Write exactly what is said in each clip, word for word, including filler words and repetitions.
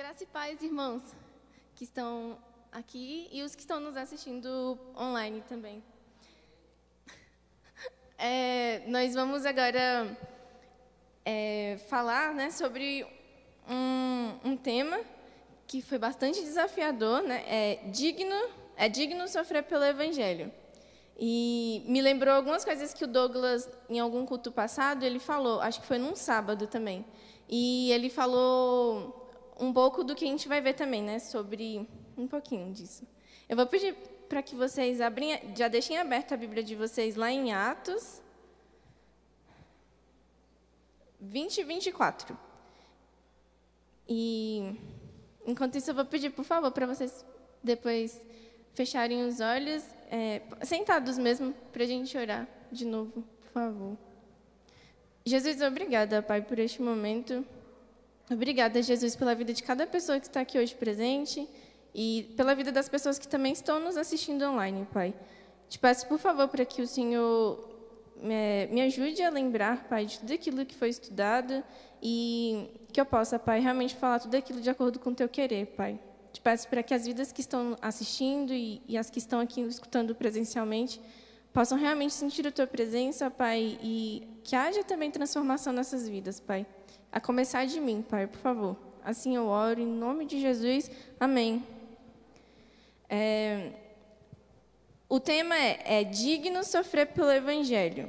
Graça e paz, irmãos, que estão aqui e os que estão nos assistindo online também. É, nós vamos agora é, falar, né, sobre um, um tema que foi bastante desafiador, né? É digno, é digno sofrer pelo Evangelho. E me lembrou algumas coisas que o Douglas, em algum culto passado, ele falou, acho que foi num sábado também. E ele falou um pouco do que a gente vai ver também, né? Sobre um pouquinho disso. Eu vou pedir para que vocês abrem, já deixem aberta a Bíblia de vocês lá em Atos vinte e vinte e quatro. E enquanto isso, eu vou pedir, por favor, para vocês depois fecharem os olhos, é, sentados mesmo, para a gente orar de novo, por favor. Jesus, obrigada, Pai, por este momento. Obrigada, Jesus, pela vida de cada pessoa que está aqui hoje presente e pela vida das pessoas que também estão nos assistindo online, Pai. Te peço, por favor, para que o Senhor me, me ajude a lembrar, Pai, de tudo aquilo que foi estudado e que eu possa, Pai, realmente falar tudo aquilo de acordo com o Teu querer, Pai. Te peço para que as vidas que estão assistindo e, e as que estão aqui escutando presencialmente possam realmente sentir a Tua presença, Pai, e que haja também transformação nessas vidas, Pai. A começar de mim, Pai, por favor. Assim eu oro, em nome de Jesus. Amém. É, o tema é, é digno sofrer pelo Evangelho.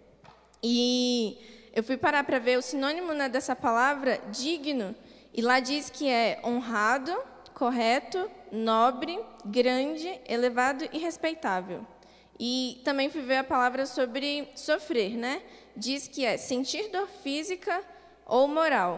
E eu fui parar para ver o sinônimo, né, dessa palavra, digno, e lá diz que é honrado, correto, nobre, grande, elevado e respeitável. E também fui ver a palavra sobre sofrer, né? Diz que é sentir dor física ou moral.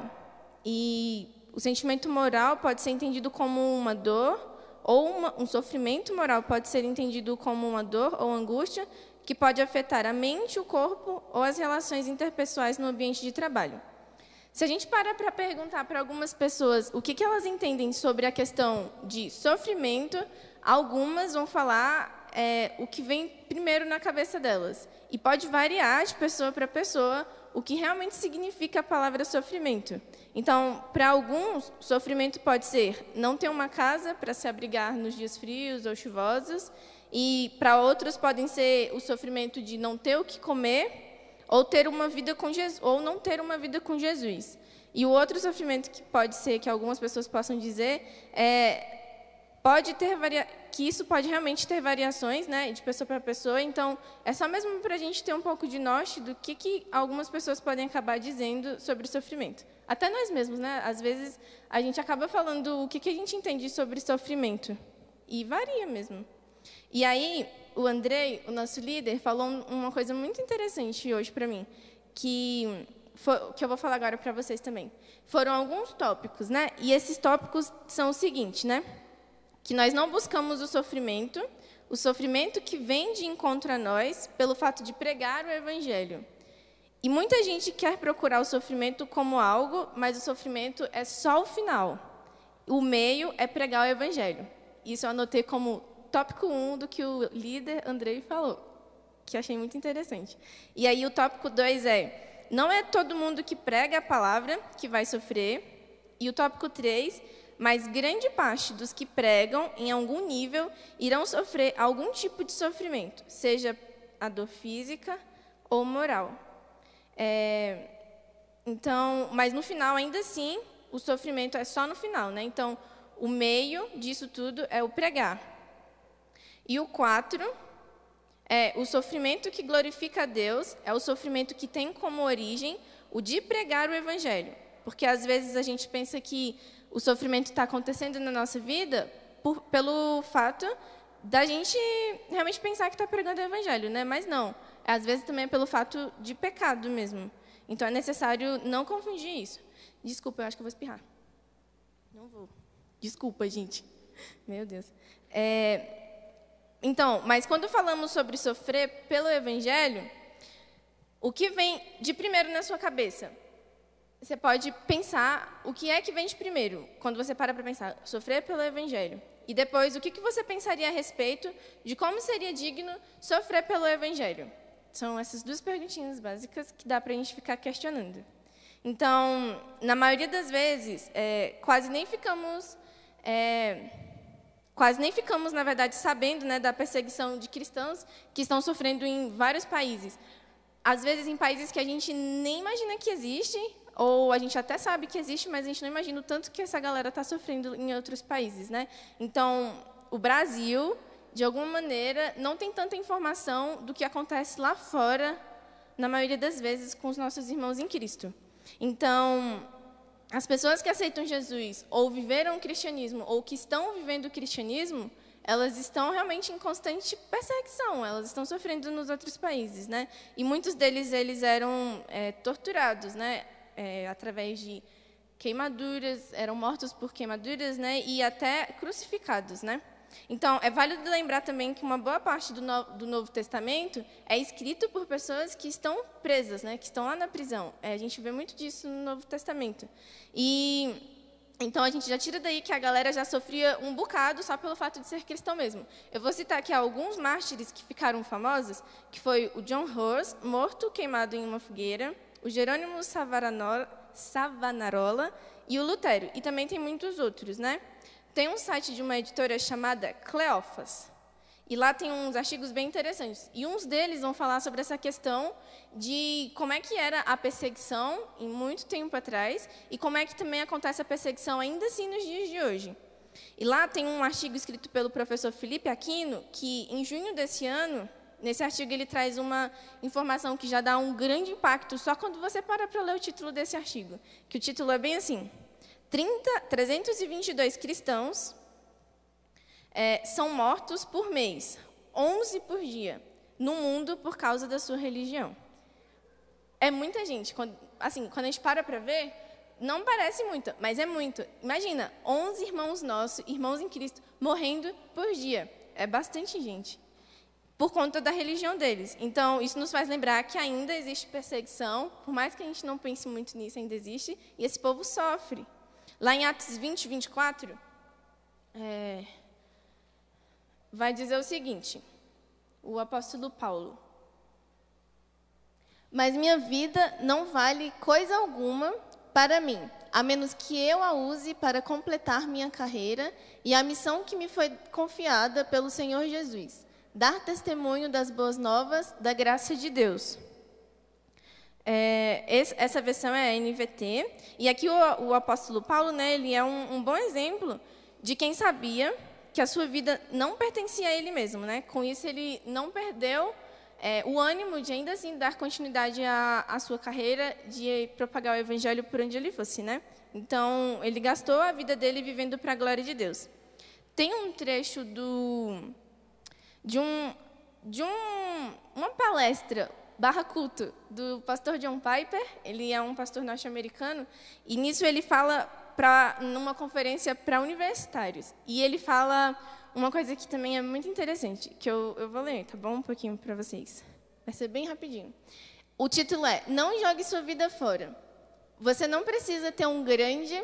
E o sentimento moral pode ser entendido como uma dor, ou uma, um sofrimento moral pode ser entendido como uma dor ou angústia que pode afetar a mente, o corpo ou as relações interpessoais no ambiente de trabalho. Se a gente parar para perguntar para algumas pessoas o que, que elas entendem sobre a questão de sofrimento, algumas vão falar é, o que vem primeiro na cabeça delas. E pode variar de pessoa para pessoa o que realmente significa a palavra sofrimento. Então, para alguns, sofrimento pode ser não ter uma casa para se abrigar nos dias frios ou chuvosos, e para outros podem ser o sofrimento de não ter o que comer ou ter uma vida com Jesus, ou não ter uma vida com Jesus. E o outro sofrimento que pode ser que algumas pessoas possam dizer é pode ter varia... que isso pode realmente ter variações, né, de pessoa para pessoa. Então, é só mesmo para a gente ter um pouco de norte do que, que algumas pessoas podem acabar dizendo sobre o sofrimento. Até nós mesmos, né? Às vezes, a gente acaba falando o que, que a gente entende sobre sofrimento. E varia mesmo. E aí, o Andrei, o nosso líder, falou uma coisa muito interessante hoje para mim, que, for... que eu vou falar agora para vocês também. Foram alguns tópicos, né? E esses tópicos são o seguinte, né? Que nós não buscamos o sofrimento, o sofrimento que vem de encontro a nós pelo fato de pregar o Evangelho. E muita gente quer procurar o sofrimento como algo, mas o sofrimento é só o final. O meio é pregar o Evangelho. Isso eu anotei como tópico um do que o líder Andrei falou, que achei muito interessante. E aí o tópico dois é, não é todo mundo que prega a palavra que vai sofrer. E o tópico três, mas grande parte dos que pregam, em algum nível, irão sofrer algum tipo de sofrimento, seja a dor física ou moral. É, então, mas no final, ainda assim, o sofrimento é só no final, né? Então, o meio disso tudo é o pregar. E o quatro é o sofrimento que glorifica a Deus, é o sofrimento que tem como origem o de pregar o Evangelho. Porque, às vezes, a gente pensa que o sofrimento está acontecendo na nossa vida por, pelo fato da gente realmente pensar que está pregando o Evangelho, né? Mas não. Às vezes também é pelo fato de pecado mesmo. Então é necessário não confundir isso. Desculpa, eu acho que eu vou espirrar. Não vou. Desculpa, gente. Meu Deus. É, então, mas quando falamos sobre sofrer pelo Evangelho, o que vem de primeiro na sua cabeça? Você pode pensar o que é que vem de primeiro, quando você para para pensar, sofrer pelo Evangelho. E depois, o que você pensaria a respeito de como seria digno sofrer pelo Evangelho? São essas duas perguntinhas básicas que dá para a gente ficar questionando. Então, na maioria das vezes, é, quase nem ficamos, é, quase nem ficamos, na verdade, sabendo, né, da perseguição de cristãos que estão sofrendo em vários países. Às vezes, em países que a gente nem imagina que existe, ou a gente até sabe que existe, mas a gente não imagina o tanto que essa galera está sofrendo em outros países, né? Então, o Brasil, de alguma maneira, não tem tanta informação do que acontece lá fora, na maioria das vezes, com os nossos irmãos em Cristo. Então, as pessoas que aceitam Jesus, ou viveram o cristianismo, ou que estão vivendo o cristianismo, elas estão realmente em constante perseguição, elas estão sofrendo nos outros países, né? E muitos deles, eles eram é, torturados, né? É, através de queimaduras, eram mortos por queimaduras, né? E até crucificados, né? Então, é válido lembrar também que uma boa parte do, no, do Novo Testamento é escrito por pessoas que estão presas, né, que estão lá na prisão. É, a gente vê muito disso no Novo Testamento. E, então, a gente já tira daí que a galera já sofria um bocado só pelo fato de ser cristão mesmo. Eu vou citar aqui alguns mártires que ficaram famosos, que foi o John Hus, morto queimado em uma fogueira, o Jerônimo Savonarola e o Lutero. E também tem muitos outros, né? Tem um site de uma editora chamada Cleófas, e lá tem uns artigos bem interessantes. E uns deles vão falar sobre essa questão de como é que era a perseguição em muito tempo atrás e como é que também acontece a perseguição ainda assim nos dias de hoje. E lá tem um artigo escrito pelo professor Felipe Aquino, que em junho desse ano, nesse artigo ele traz uma informação que já dá um grande impacto só quando você para para ler o título desse artigo, que o título é bem assim: trezentos e vinte e dois cristãos é, são mortos por mês, onze por dia, no mundo por causa da sua religião. É muita gente. Quando, assim, quando a gente para para ver, não parece muito, mas é muito. Imagina, onze irmãos nossos, irmãos em Cristo, morrendo por dia. É bastante gente, por conta da religião deles. Então, isso nos faz lembrar que ainda existe perseguição, por mais que a gente não pense muito nisso, ainda existe, e esse povo sofre. Lá em Atos vinte, vinte e quatro, é, vai dizer o seguinte, o apóstolo Paulo: mas minha vida não vale coisa alguma para mim, a menos que eu a use para completar minha carreira e a missão que me foi confiada pelo Senhor Jesus, dar testemunho das boas novas da graça de Deus. É, esse, essa versão é a N V T, e aqui o, o apóstolo Paulo, né, ele é um, um bom exemplo de quem sabia que a sua vida não pertencia a ele mesmo, né? Com isso, ele não perdeu é, o ânimo de ainda assim dar continuidade à, à sua carreira de propagar o evangelho por onde ele fosse, né? Então, ele gastou a vida dele vivendo para a glória de Deus. Tem um trecho do, de, um, de um, uma palestra barra culto do pastor John Piper. Ele é um pastor norte-americano, e nisso ele fala pra, numa conferência para universitários. E ele fala uma coisa que também é muito interessante, que eu, eu vou ler, tá bom? Um pouquinho para vocês. Vai ser bem rapidinho. O título é: Não jogue sua vida fora. Você não precisa ter um grande...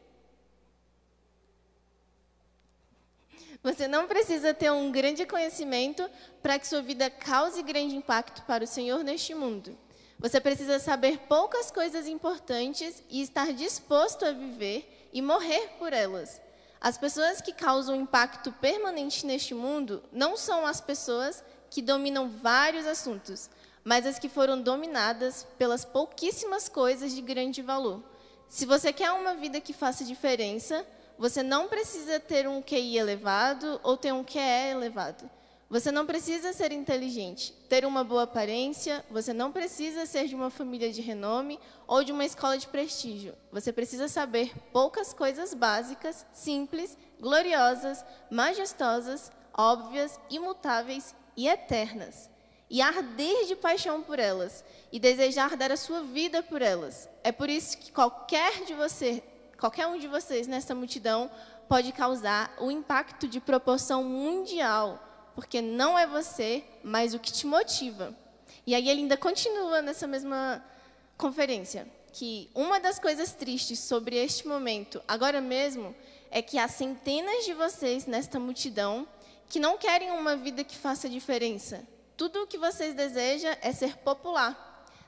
Você não precisa ter um grande conhecimento para que sua vida cause grande impacto para o Senhor neste mundo. Você precisa saber poucas coisas importantes e estar disposto a viver e morrer por elas. As pessoas que causam impacto permanente neste mundo não são as pessoas que dominam vários assuntos, mas as que foram dominadas pelas pouquíssimas coisas de grande valor. Se você quer uma vida que faça diferença, você não precisa ter um Q I elevado ou ter um Q E elevado. Você não precisa ser inteligente, ter uma boa aparência, você não precisa ser de uma família de renome ou de uma escola de prestígio. Você precisa saber poucas coisas básicas, simples, gloriosas, majestosas, óbvias, imutáveis e eternas. E arder de paixão por elas, e desejar dar a sua vida por elas. É por isso que qualquer de você... Qualquer um de vocês nessa multidão pode causar um impacto de proporção mundial, porque não é você, mas o que te motiva. E aí ele ainda continua nessa mesma conferência, que uma das coisas tristes sobre este momento, agora mesmo, é que há centenas de vocês nesta multidão que não querem uma vida que faça diferença. Tudo o que vocês desejam é ser popular.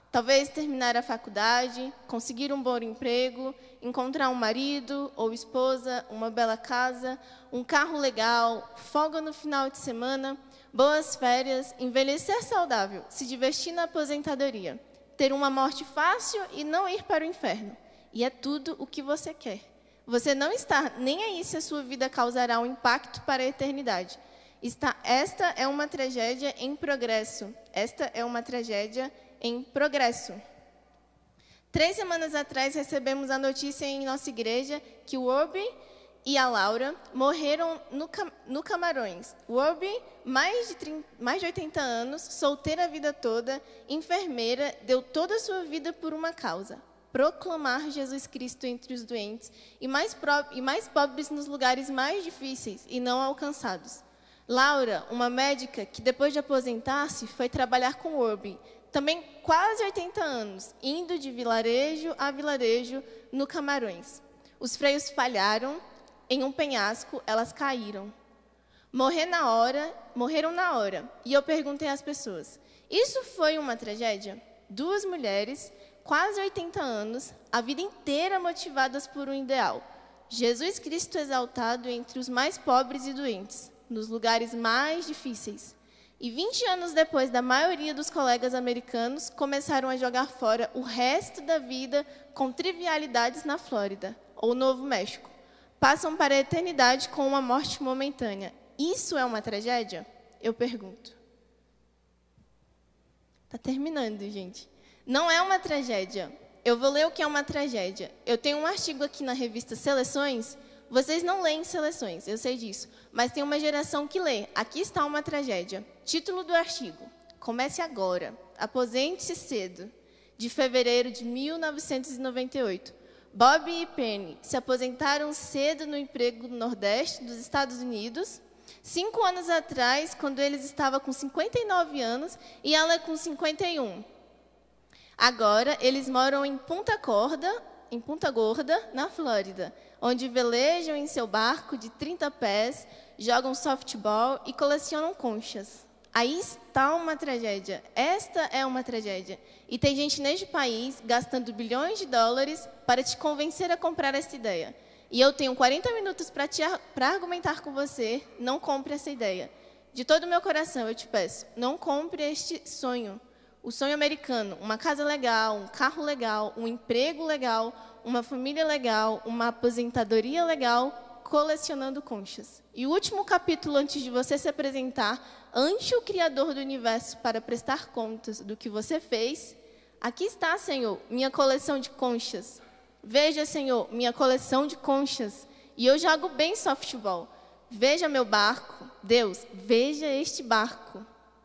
Talvez terminar a faculdade, conseguir um bom emprego, encontrar um marido ou esposa, uma bela casa, um carro legal, folga no final de semana, boas férias, envelhecer saudável, se divertir na aposentadoria, ter uma morte fácil e não ir para o inferno. E é tudo o que você quer. Você não está nem aí se a sua vida causará um impacto para a eternidade. Está, esta é uma tragédia em progresso. Esta é uma tragédia em progresso. Três semanas atrás, recebemos a notícia em nossa igreja que o Orbi e a Laura morreram no, no Camarões. O Orbi, mais de, trinta, mais de oitenta anos, solteira a vida toda, enfermeira, deu toda a sua vida por uma causa: proclamar Jesus Cristo entre os doentes e mais, pro, e mais pobres nos lugares mais difíceis e não alcançados. Laura, uma médica que depois de aposentar-se foi trabalhar com o Orbi, também quase oitenta anos, indo de vilarejo a vilarejo no Camarões. Os freios falharam, em um penhasco elas caíram. Morrer na hora, morreram na hora. E eu perguntei às pessoas: isso foi uma tragédia? Duas mulheres, quase oitenta anos, a vida inteira motivadas por um ideal: Jesus Cristo exaltado entre os mais pobres e doentes, nos lugares mais difíceis. E vinte anos depois da maioria dos colegas americanos, começaram a jogar fora o resto da vida com trivialidades na Flórida ou Novo México. Passam para a eternidade com uma morte momentânea. Isso é uma tragédia? Eu pergunto. Está terminando, gente. Não é uma tragédia. Eu vou ler o que é uma tragédia. Eu tenho um artigo aqui na revista Seleções. Vocês não leem Seleções, eu sei disso, mas tem uma geração que lê. Aqui está uma tragédia. Título do artigo: Comece agora. Aposente-se cedo. De fevereiro de mil novecentos e noventa e oito. Bob e Penny se aposentaram cedo no emprego no Nordeste dos Estados Unidos, cinco anos atrás, quando eles estavam com cinquenta e nove anos e ela com cinquenta e um. Agora, eles moram em Punta Gorda, em Punta Gorda, na Flórida, onde velejam em seu barco de trinta pés, jogam softball e colecionam conchas. Aí está uma tragédia. Esta é uma tragédia. E tem gente neste país gastando bilhões de dólares para te convencer a comprar essa ideia. E eu tenho quarenta minutos para te para argumentar com você: não compre essa ideia. De todo o meu coração eu te peço, não compre este sonho. O sonho americano: uma casa legal, um carro legal, um emprego legal, uma família legal, uma aposentadoria legal, colecionando conchas. E o último capítulo, antes de você se apresentar ante o Criador do Universo para prestar contas do que você fez: aqui está, Senhor, minha coleção de conchas. Veja, Senhor, minha coleção de conchas. E eu jogo bem softball. Veja meu barco. Deus, veja este barco.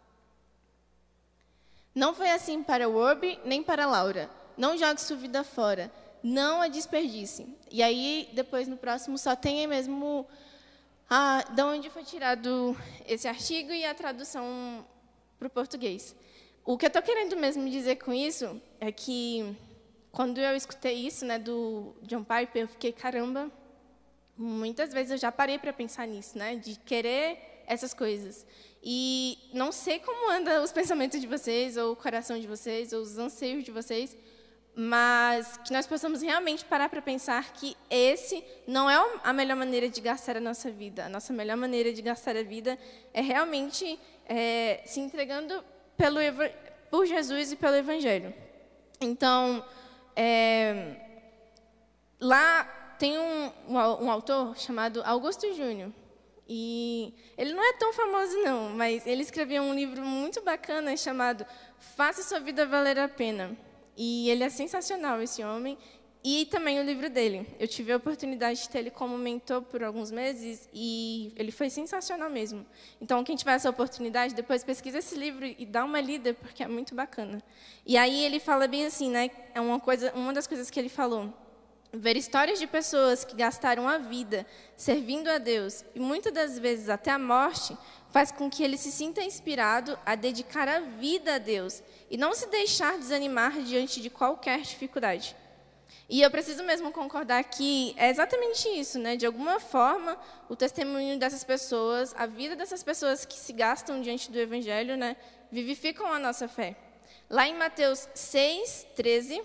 Não foi assim para o Orbi nem para a Laura. Não jogue sua vida fora. Não a desperdice. E aí, depois, no próximo, só tem aí mesmo ah, de onde foi tirado esse artigo e a tradução para o português. O que eu estou querendo mesmo dizer com isso é que, quando eu escutei isso, né, do John Piper, eu fiquei, caramba, muitas vezes eu já parei para pensar nisso, né, de querer essas coisas. E não sei como andam os pensamentos de vocês, ou o coração de vocês, ou os anseios de vocês, mas que nós possamos realmente parar para pensar que esse não é a melhor maneira de gastar a nossa vida. A nossa melhor maneira de gastar a vida é realmente é, se entregando pelo, por Jesus e pelo Evangelho. Então, é, lá tem um, um autor chamado Augusto Júnior. E ele não é tão famoso, não, mas ele escreveu um livro muito bacana chamado Faça Sua Vida Valer a Pena. E ele é sensacional, esse homem, e também o livro dele. Eu tive a oportunidade de ter ele como mentor por alguns meses e ele foi sensacional mesmo. Então, quem tiver essa oportunidade, depois pesquisa esse livro e dá uma lida, porque é muito bacana. E aí ele fala bem assim, né? É uma coisa, uma das coisas que ele falou: ver histórias de pessoas que gastaram a vida servindo a Deus, e muitas das vezes até a morte, faz com que ele se sinta inspirado a dedicar a vida a Deus e não se deixar desanimar diante de qualquer dificuldade. E eu preciso mesmo concordar que é exatamente isso, né? De alguma forma, o testemunho dessas pessoas, a vida dessas pessoas que se gastam diante do Evangelho, né, vivificam a nossa fé. Lá em Mateus seis, treze,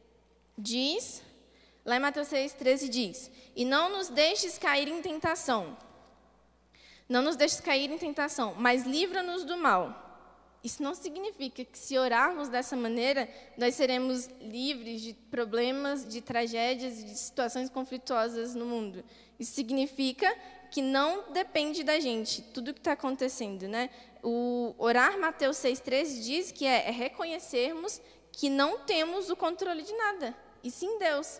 diz... Lá em Mateus seis, treze diz: e não nos deixes cair em tentação. Não nos deixes cair em tentação, mas livra-nos do mal. Isso não significa que, se orarmos dessa maneira, nós seremos livres de problemas, de tragédias e de situações conflituosas no mundo. Isso significa que não depende da gente, tudo que está acontecendo, né? O orar Mateus seis, treze diz que é, é reconhecermos que não temos o controle de nada, e sim Deus.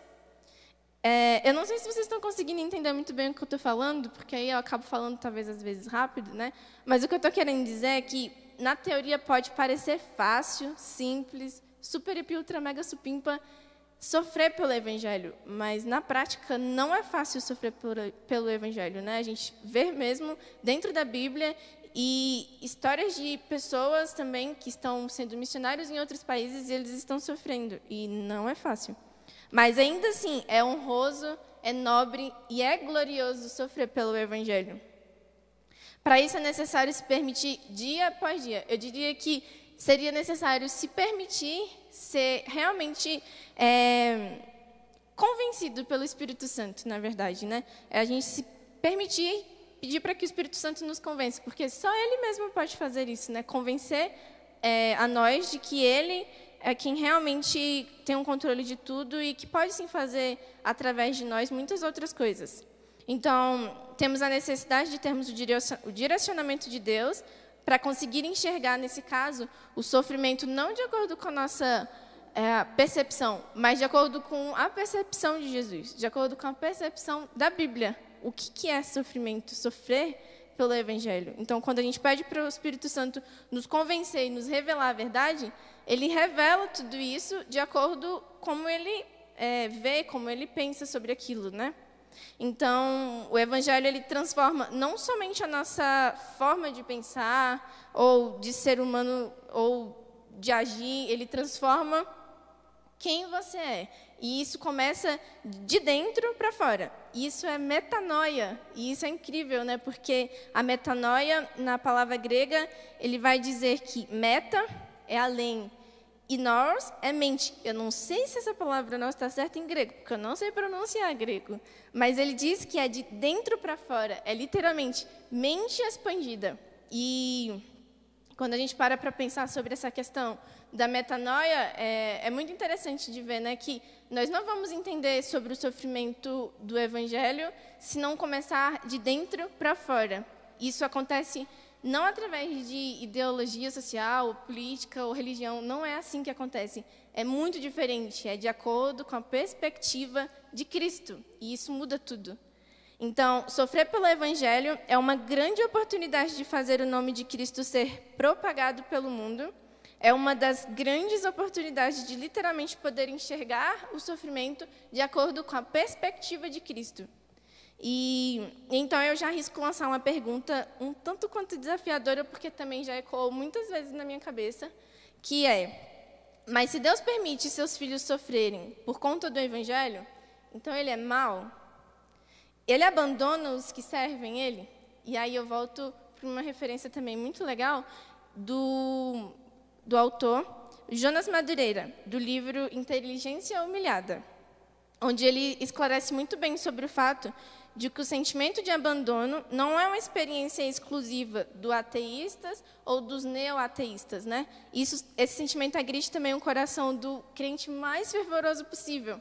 É, eu não sei se vocês estão conseguindo entender muito bem o que eu estou falando, porque aí eu acabo falando, talvez, às vezes, rápido, né? Mas o que eu estou querendo dizer é que, na teoria, pode parecer fácil, simples, super, hiper, ultra, mega, supimpa, sofrer pelo Evangelho. Mas, na prática, não é fácil sofrer pelo, pelo Evangelho, né? A gente vê mesmo, dentro da Bíblia, e histórias de pessoas também que estão sendo missionários em outros países e eles estão sofrendo. E não é fácil. Mas, ainda assim, é honroso, é nobre e é glorioso sofrer pelo Evangelho. Para isso, é necessário se permitir dia após dia. Eu diria que seria necessário se permitir ser realmente é, convencido pelo Espírito Santo, na verdade, né? É a gente se permitir, pedir para que o Espírito Santo nos convença, porque só Ele mesmo pode fazer isso, né? Convencer é, a nós de que Ele é quem realmente tem um controle de tudo e que pode, sim, fazer, através de nós, muitas outras coisas. Então, temos a necessidade de termos o direcionamento de Deus para conseguir enxergar, nesse caso, o sofrimento não de acordo com a nossa é, percepção, mas de acordo com a percepção de Jesus, de acordo com a percepção da Bíblia. O que, que é sofrimento? Sofrer pelo Evangelho. Então, quando a gente pede para o Espírito Santo nos convencer e nos revelar a verdade, ele revela tudo isso de acordo com como ele é, vê, como ele pensa sobre aquilo, né? Então, o Evangelho, ele transforma não somente a nossa forma de pensar, ou de ser humano, ou de agir, ele transforma quem você é. E isso começa de dentro para fora. Isso é metanoia. E isso é incrível, né? Porque a metanoia, na palavra grega, ele vai dizer que meta é além. E nós é mente. Eu não sei se essa palavra não está certa em grego, porque eu não sei pronunciar grego. Mas ele diz que é de dentro para fora. É literalmente mente expandida. E quando a gente para para pensar sobre essa questão da metanoia, é, é muito interessante de ver, né, que nós não vamos entender sobre o sofrimento do Evangelho se não começar de dentro para fora. Isso acontece não através de ideologia social, política ou religião. Não é assim que acontece. É muito diferente. É de acordo com a perspectiva de Cristo. E isso muda tudo. Então, sofrer pelo Evangelho é uma grande oportunidade de fazer o nome de Cristo ser propagado pelo mundo. É uma das grandes oportunidades de literalmente poder enxergar o sofrimento de acordo com a perspectiva de Cristo. E então eu já arrisco lançar uma pergunta um tanto quanto desafiadora, porque também já ecoou muitas vezes na minha cabeça, que é: mas se Deus permite seus filhos sofrerem por conta do Evangelho, então Ele é mau? Ele abandona os que servem Ele? E aí eu volto para uma referência também muito legal do, do autor Jonas Madureira, do livro Inteligência Humilhada, onde ele esclarece muito bem sobre o fato de que o sentimento de abandono não é uma experiência exclusiva dos ateístas ou dos neo-ateístas, né? Isso, esse sentimento agride também o coração do crente mais fervoroso possível.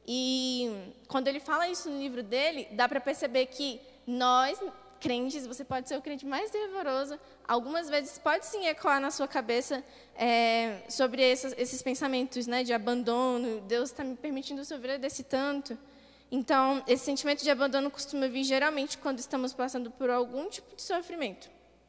E quando ele fala isso no livro dele, dá para perceber que nós, crentes, você pode ser o crente mais fervoroso, algumas vezes pode sim ecoar na sua cabeça é, sobre esses, esses pensamentos, né, de abandono. Deus está me permitindo sofrer desse tanto. Então, esse sentimento de abandono costuma vir geralmente quando estamos passando por algum tipo de sofrimento.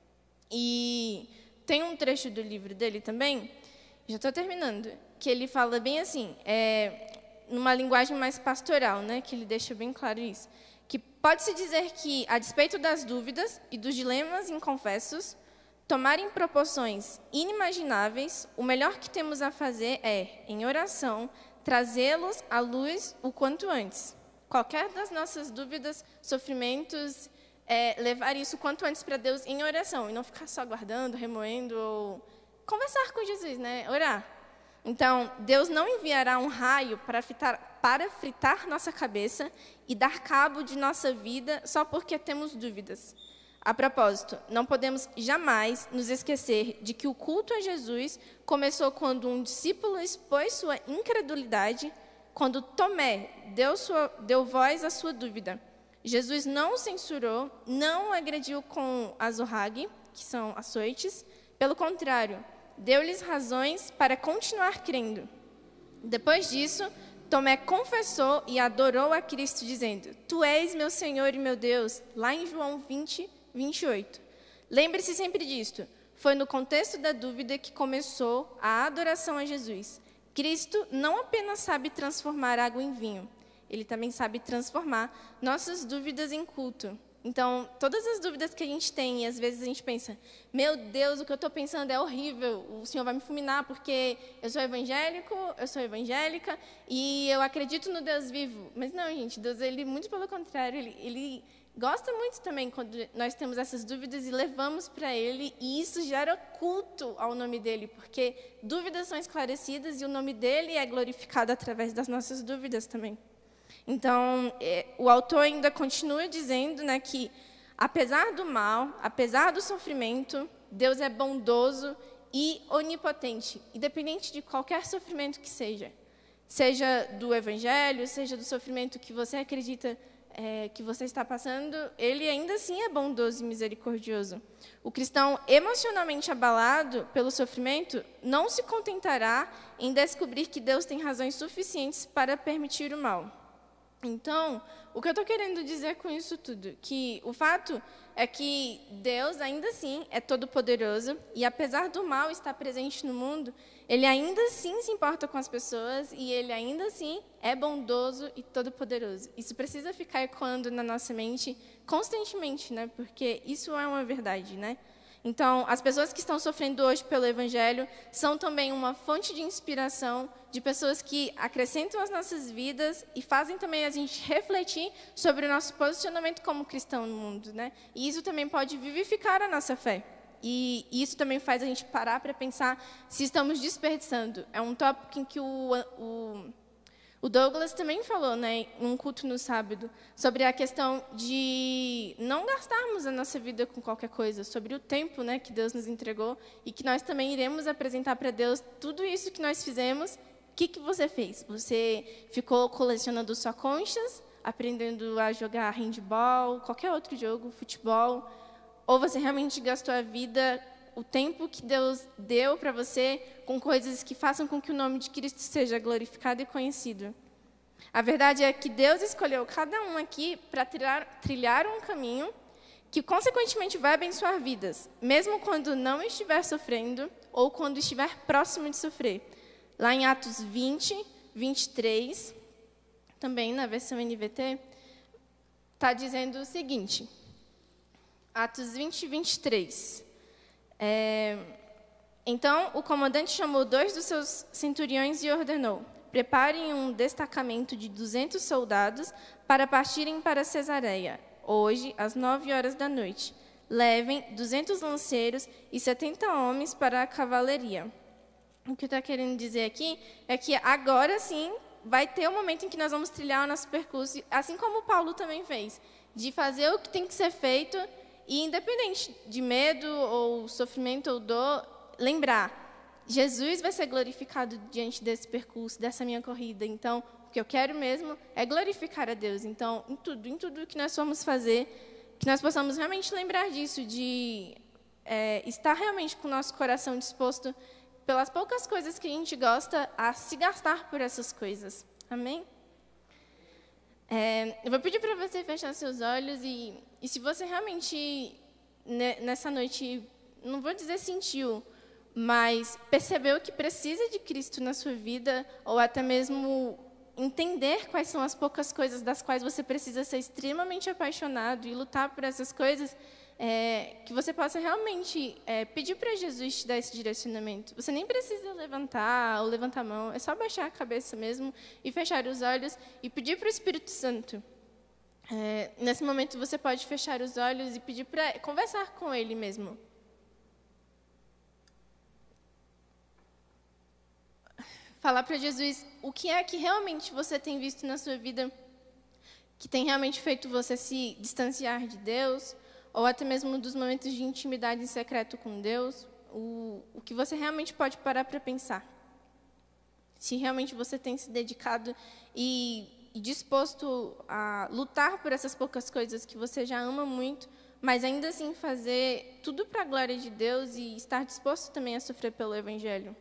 E tem um trecho do livro dele também, já estou terminando, que ele fala bem assim, é, numa linguagem mais pastoral, né, que ele deixa bem claro isso, que pode-se dizer que, a despeito das dúvidas e dos dilemas inconfessos, tomarem proporções inimagináveis, o melhor que temos a fazer é, em oração, trazê-los à luz o quanto antes. Qualquer das nossas dúvidas, sofrimentos, é, levar isso o quanto antes para Deus em oração, e não ficar só guardando, remoendo, ou conversar com Jesus, né? Orar. Então, Deus não enviará um raio para fritar, para fritar nossa cabeça e dar cabo de nossa vida só porque temos dúvidas. A propósito, não podemos jamais nos esquecer de que o culto a Jesus começou quando um discípulo expôs sua incredulidade, quando Tomé deu, sua, deu voz à sua dúvida. Jesus não o censurou, não o agrediu com azorrague, que são açoites. Pelo contrário, deu-lhes razões para continuar crendo. Depois disso, Tomé confessou e adorou a Cristo, dizendo: Tu és meu Senhor e meu Deus, lá em João vinte, vinte e oito. Lembre-se sempre disto. Foi no contexto da dúvida que começou a adoração a Jesus. Cristo não apenas sabe transformar água em vinho, ele também sabe transformar nossas dúvidas em culto. Então, todas as dúvidas que a gente tem, e às vezes a gente pensa, meu Deus, o que eu estou pensando é horrível, o Senhor vai me fulminar porque eu sou evangélico, eu sou evangélica, e eu acredito no Deus vivo. Mas não, gente, Deus, ele, muito pelo contrário, ele, ele gosta muito também quando nós temos essas dúvidas e levamos para ele, e isso gera culto ao nome dele, porque dúvidas são esclarecidas e o nome dele é glorificado através das nossas dúvidas também. Então, é, o autor ainda continua dizendo, né, que, apesar do mal, apesar do sofrimento, Deus é bondoso e onipotente, independente de qualquer sofrimento que seja. Seja do evangelho, seja do sofrimento que você acredita é, que você está passando, ele ainda assim é bondoso e misericordioso. O cristão emocionalmente abalado pelo sofrimento não se contentará em descobrir que Deus tem razões suficientes para permitir o mal. Então, o que eu estou querendo dizer com isso tudo? Que o fato é que Deus, ainda assim, é todo-poderoso, e apesar do mal estar presente no mundo, ele ainda assim se importa com as pessoas, e ele ainda assim é bondoso e todo-poderoso. Isso precisa ficar ecoando na nossa mente constantemente, né? Porque isso é uma verdade, né? Então, as pessoas que estão sofrendo hoje pelo Evangelho são também uma fonte de inspiração de pessoas que acrescentam as nossas vidas e fazem também a gente refletir sobre o nosso posicionamento como cristão no mundo, né? E isso também pode vivificar a nossa fé. E isso também faz a gente parar para pensar se estamos desperdiçando. É um tópico em que o... o O Douglas também falou, né, num culto no sábado, sobre a questão de não gastarmos a nossa vida com qualquer coisa, sobre o tempo, né, que Deus nos entregou e que nós também iremos apresentar para Deus tudo isso que nós fizemos. O que, que você fez? Você ficou colecionando só conchas, aprendendo a jogar handball, qualquer outro jogo, futebol? Ou você realmente gastou a vida, o tempo que Deus deu para você com coisas que façam com que o nome de Cristo seja glorificado e conhecido? A verdade é que Deus escolheu cada um aqui para trilhar, trilhar um caminho que, consequentemente, vai abençoar vidas, mesmo quando não estiver sofrendo ou quando estiver próximo de sofrer. Lá em Atos vinte, vinte e três, também na versão N V T, está dizendo o seguinte, Atos vinte, vinte e três. É, então, o comandante chamou dois dos seus centuriões e ordenou: preparem um destacamento de duzentos soldados para partirem para Cesareia, hoje, às nove horas da noite. Levem duzentos lanceiros e setenta homens para a cavalaria. O que está querendo dizer aqui é que agora sim vai ter o momento em que nós vamos trilhar o nosso percurso, assim como Paulo também fez, de fazer o que tem que ser feito e, independente de medo ou sofrimento ou dor, lembrar, Jesus vai ser glorificado diante desse percurso, dessa minha corrida. Então, o que eu quero mesmo é glorificar a Deus. Então, em tudo, em tudo que nós formos fazer, que nós possamos realmente lembrar disso, de é, estar realmente com o nosso coração disposto, pelas poucas coisas que a gente gosta, a se gastar por essas coisas. Amém? É, eu vou pedir para você fechar seus olhos e, e se você realmente, né, nessa noite, não vou dizer sentiu, mas percebeu que precisa de Cristo na sua vida, ou até mesmo entender quais são as poucas coisas das quais você precisa ser extremamente apaixonado e lutar por essas coisas, é, que você possa realmente é, pedir para Jesus te dar esse direcionamento. Você nem precisa levantar ou levantar a mão, é só baixar a cabeça mesmo e fechar os olhos e pedir para o Espírito Santo. É, nesse momento você pode fechar os olhos e pedir para conversar com Ele mesmo. falar para Jesus o que é que realmente você tem visto na sua vida que tem realmente feito você se distanciar de Deus, ou até mesmo dos momentos de intimidade em secreto com Deus, o, o que você realmente pode parar para pensar. Se realmente você tem se dedicado e, e disposto a lutar por essas poucas coisas que você já ama muito, mas ainda assim fazer tudo para a glória de Deus e estar disposto também a sofrer pelo Evangelho.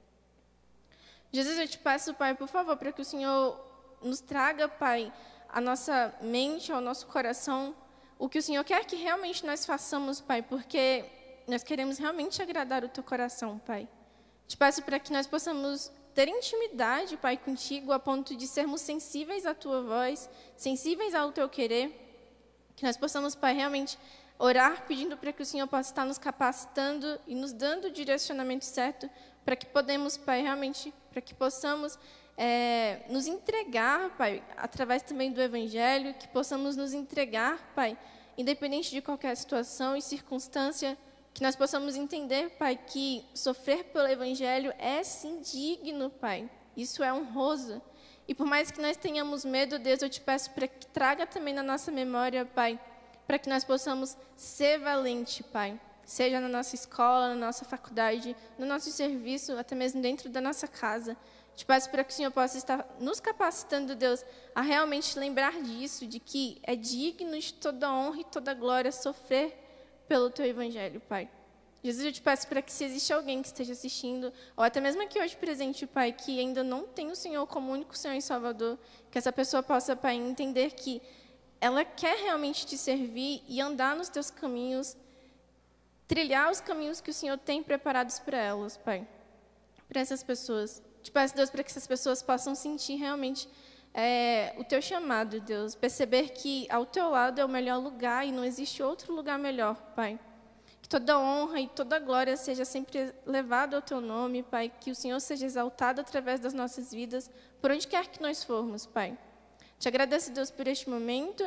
Jesus, eu te peço, Pai, por favor, para que o Senhor nos traga, Pai, a nossa mente, ao nosso coração, o que o Senhor quer que realmente nós façamos, Pai, porque nós queremos realmente agradar o Teu coração, Pai. Te peço para que nós possamos ter intimidade, Pai, contigo, a ponto de sermos sensíveis à Tua voz, sensíveis ao Teu querer, que nós possamos, Pai, realmente orar pedindo para que o Senhor possa estar nos capacitando e nos dando o direcionamento certo, para que podemos, Pai, realmente, para que possamos é, nos entregar, Pai, através também do Evangelho, que possamos nos entregar, Pai, independente de qualquer situação e circunstância, que nós possamos entender, Pai, que sofrer pelo Evangelho é sim digno, Pai. Isso é honroso. E por mais que nós tenhamos medo, Deus, eu te peço para que traga também na nossa memória, Pai, para que nós possamos ser valente, Pai. Seja na nossa escola, na nossa faculdade, no nosso serviço, até mesmo dentro da nossa casa. Te peço para que o Senhor possa estar nos capacitando, Deus, a realmente lembrar disso, de que é digno de toda honra e toda glória sofrer pelo Teu Evangelho, Pai. Jesus, eu te peço para que se existe alguém que esteja assistindo, ou até mesmo aqui hoje presente, Pai, que ainda não tem o Senhor como único Senhor e Salvador, que essa pessoa possa, Pai, entender que ela quer realmente te servir e andar nos Teus caminhos, trilhar os caminhos que o Senhor tem preparados para elas, Pai, para essas pessoas. Te peço, Deus, para que essas pessoas possam sentir realmente é, o Teu chamado, Deus, perceber que ao Teu lado é o melhor lugar e não existe outro lugar melhor, Pai. Que toda honra e toda glória seja sempre levada ao Teu nome, Pai, que o Senhor seja exaltado através das nossas vidas, por onde quer que nós formos, Pai. Te agradeço, Deus, por este momento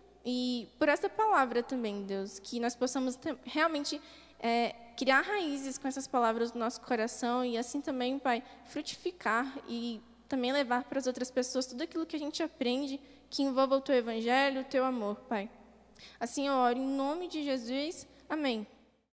e por essa palavra também, Deus, que nós possamos realmente é, criar raízes com essas palavras no nosso coração e assim também, Pai, frutificar e também levar para as outras pessoas tudo aquilo que a gente aprende que envolva o Teu Evangelho, o Teu amor, Pai. Assim eu oro em nome de Jesus. Amém.